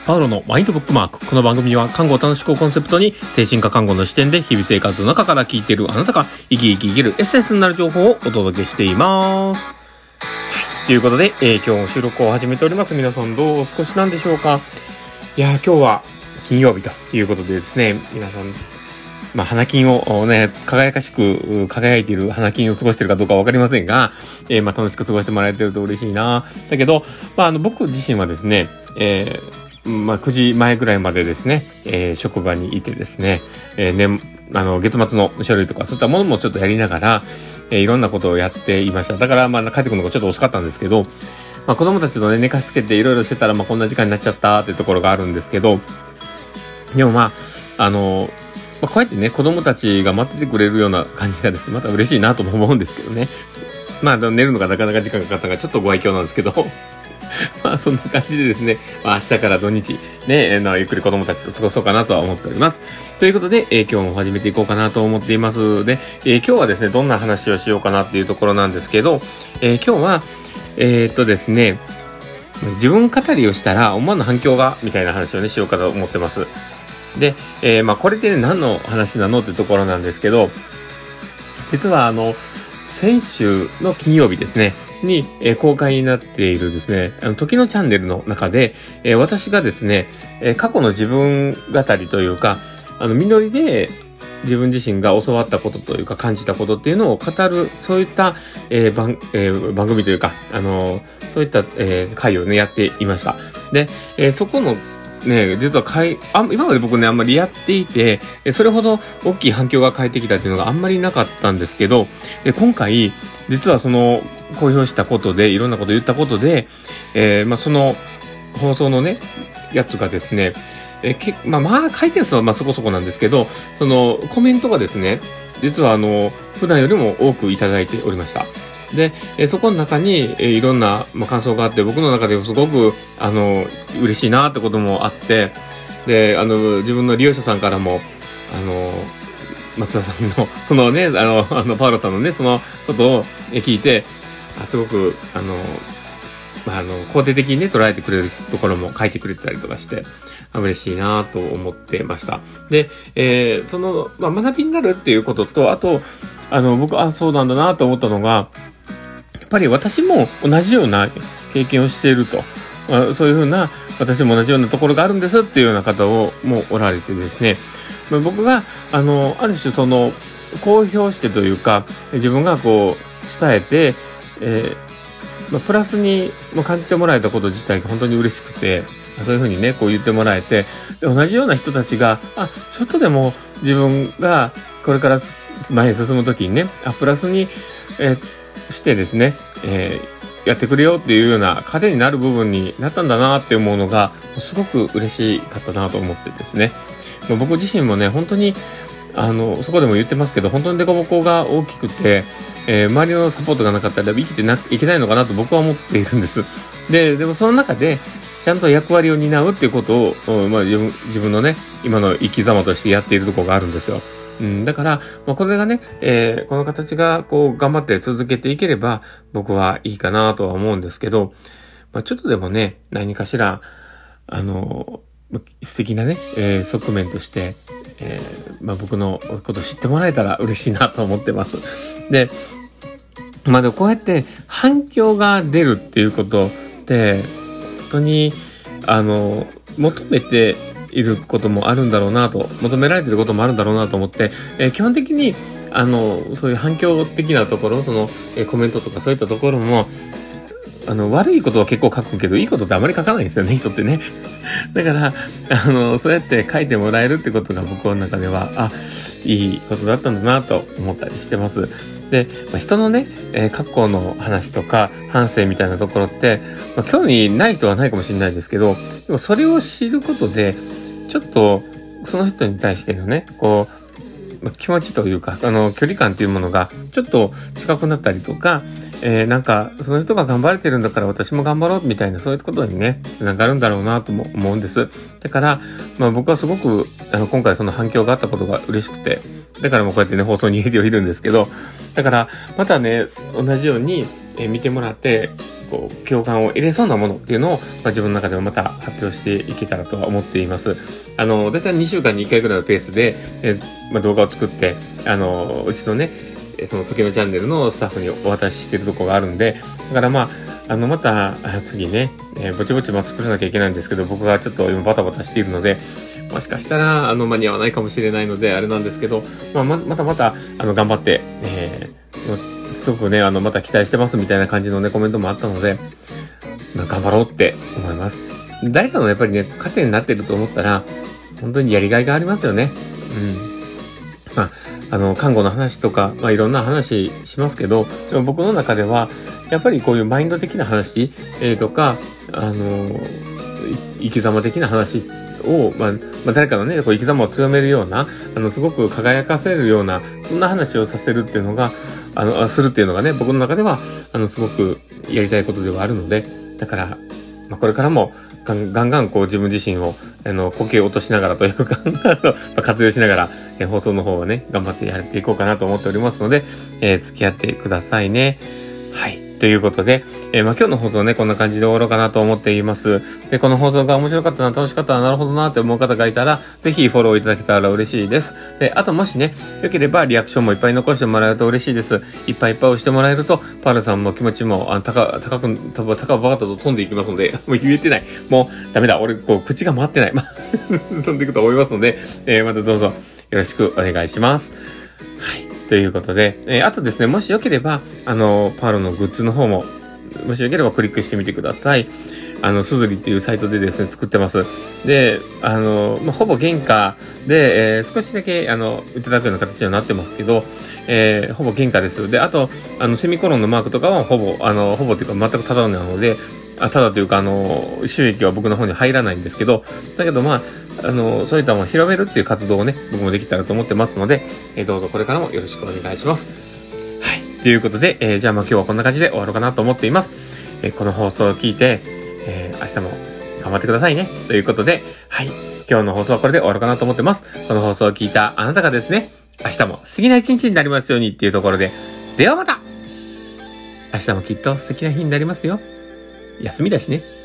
パウロのマインドブックマーク。この番組は看護を楽しくをコンセプトに、精神科看護の視点で日々生活の中から聞いているあなたが生き生き生きるエッセンスになる情報をお届けしています。ということで、今日収録を始めております。皆さんどうお過ごしなんでしょうか。いや、今日は金曜日ということでですね、皆さん花金をね、輝かしく輝いている花金を過ごしているかどうかわかりませんが、楽しく過ごしてもらえてると嬉しいな。だけど、僕自身はですね、9時前ぐらいまでですね、職場にいてですね、月末の書類とかそういったものもちょっとやりながら、いろんなことをやっていました。だから帰ってくるのがちょっと遅かったんですけど、子供たちとね、寝かしつけていろいろしてたら、こんな時間になっちゃったっていうところがあるんですけど、でもこうやってね、子供たちが待っててくれるような感じがですね、また嬉しいなとも思うんですけどね。寝るのがなかなか時間かかったのがちょっとご愛嬌なんですけど、そんな感じでですね、明日から土日、ね、ゆっくり子供たちと過ごそうかなとは思っております。ということで、今日も始めていこうかなと思っています。で、今日はですね、どんな話をしようかなっていうところなんですけど、今日は、ですね、自分語りをしたら思わぬ反響が、みたいな話をね、しようかと思ってます。で、これでね、何の話なのってところなんですけど、実は先週の金曜日ですね、に、公開になっているですね、時のチャンネルの中で、私がですね、過去の自分語りというか、実りで自分自身が教わったことというか感じたことっていうのを語る、そういった、番組というか、そういった、回をね、やっていました。で、そこのね、実は今まで僕ね、あんまりやっていて、それほど大きい反響が返ってきたっていうのがあんまりなかったんですけど、今回、実はその、公表したことで、いろんなこと言ったことで、その、放送のね、やつがですね、回転数はそこそこなんですけど、その、コメントがですね、実は普段よりも多くいただいておりました。で、そこの中に、いろんな、感想があって、僕の中ですごく、嬉しいなってこともあって、で、自分の利用者さんからも、松田さんの、そのね、パウロさんのね、そのことを聞いて、すごく、肯定的にね、捉えてくれるところも書いてくれてたりとかして、嬉しいなと思ってました。で、その、学びになるっていうことと、あと、僕、そうなんだなと思ったのが、やっぱり私も同じような経験をしていると、そういうふうな、私も同じようなところがあるんですっていうような方もおられてですね、僕が、ある種その、公表してというか、自分がこう、伝えて、プラスに感じてもらえたこと自体が本当に嬉しくて、そういうふうにね、こう言ってもらえて、で同じような人たちが、ちょっとでも自分がこれから前に進むときにね、プラスに、してですね、やってくれよっていうような糧になる部分になったんだなって思うのが、すごく嬉しかったなと思ってですね。僕自身もね、本当に、そこでも言ってますけど、本当にデコボコが大きくて、周りのサポートがなかったら生きていけないのかなと僕は思っているんです。でもその中で、ちゃんと役割を担うっていうことを、自分のね、今の生き様としてやっているところがあるんですよ。だから、これがね、この形がこう頑張って続けていければ僕はいいかなとは思うんですけど、ちょっとでもね、何かしら、素敵なね、側面として、僕のことを知ってもらえたら嬉しいなと思ってます。でもこうやって反響が出るっていうことって、本当に、求めていることもあるんだろうなと、求められていることもあるんだろうなと思って、基本的に、そういう反響的なところ、その、コメントとかそういったところも、悪いことは結構書くけど、いいことってあまり書かないんですよね、人ってね。だから、そうやって書いてもらえるってことが僕の中では、いいことだったんだなと思ったりしてます。で、人のね、過去の話とか反省みたいなところって、興味ない人はないかもしれないですけど、でもそれを知ることで、ちょっとその人に対してのね、こう、気持ちというか、距離感というものがちょっと近くなったりとか、なんかその人が頑張れてるんだから私も頑張ろうみたいな、そういうことにね、つながるんだろうなとも思うんです。だから、僕はすごく今回その反響があったことが嬉しくて、だからこうやってね、放送に入れてはいるんですけど、だからまたね、同じように、見てもらって、 こう、共感を得れそうなものっていうのを、自分の中でもまた発表していけたらとは思っています。だいたい2週間に1回ぐらいのペースで、動画を作って、うちのね、その時のチャンネルのスタッフにお渡ししてるところがあるんで、だからまた、次ね、ぼちぼち作らなきゃいけないんですけど、僕がちょっと今バタバタしているので、もしかしたら、間に合わないかもしれないので、あれなんですけど、また、頑張って、すごくね、また期待してますみたいな感じのね、コメントもあったので、頑張ろうって思います。誰かのやっぱりね、糧になってると思ったら、本当にやりがいがありますよね。看護の話とか、いろんな話しますけど、でも僕の中では、やっぱりこういうマインド的な話、とか、生き様的な話を、誰かのね、こう生き様を強めるような、すごく輝かせるような、そんな話をさせるっていうのが、するっていうのがね、僕の中では、すごくやりたいことではあるので、だから、これからも、ガンガンこう自分自身を、こけ落としながらというか、活用しながら、放送の方はね、頑張ってやっていこうかなと思っておりますので、付き合ってくださいね。はい。ということで、今日の放送ね、こんな感じで終わろうかなと思っています。で、この放送が面白かったな、楽しかったな、なるほどなって思う方がいたら、ぜひフォローいただけたら嬉しいです。で、あともしね、良ければリアクションもいっぱい残してもらえると嬉しいです。いっぱい押してもらえると、パールさんも気持ちも、高バカッと飛んでいきますので、もう言えてない。もう、ダメだ。俺、口が回ってない。飛んでいくと思いますので、またどうぞよろしくお願いします。はい。ということで、あとですね、もしよければ、パールのグッズの方も、もしよければクリックしてみてください。すずりっていうサイトでですね、作ってます。で、ほぼ原価で、少しだけ、いただくような形にはなってますけど、ほぼ原価です。で、あと、セミコロンのマークとかはほぼっていうか全くタダなので、ただというか、収益は僕の方に入らないんですけど、だけどそういったものを広めるっていう活動をね、僕もできたらと思ってますので、どうぞこれからもよろしくお願いします。はい。ということで、じゃあ今日はこんな感じで終わろうかなと思っています。この放送を聞いて、明日も頑張ってくださいね。ということで、はい。今日の放送はこれで終わろうかなと思ってます。この放送を聞いたあなたがですね、明日も素敵な一日になりますようにっていうところで、ではまた！明日もきっと素敵な日になりますよ。休みだしね。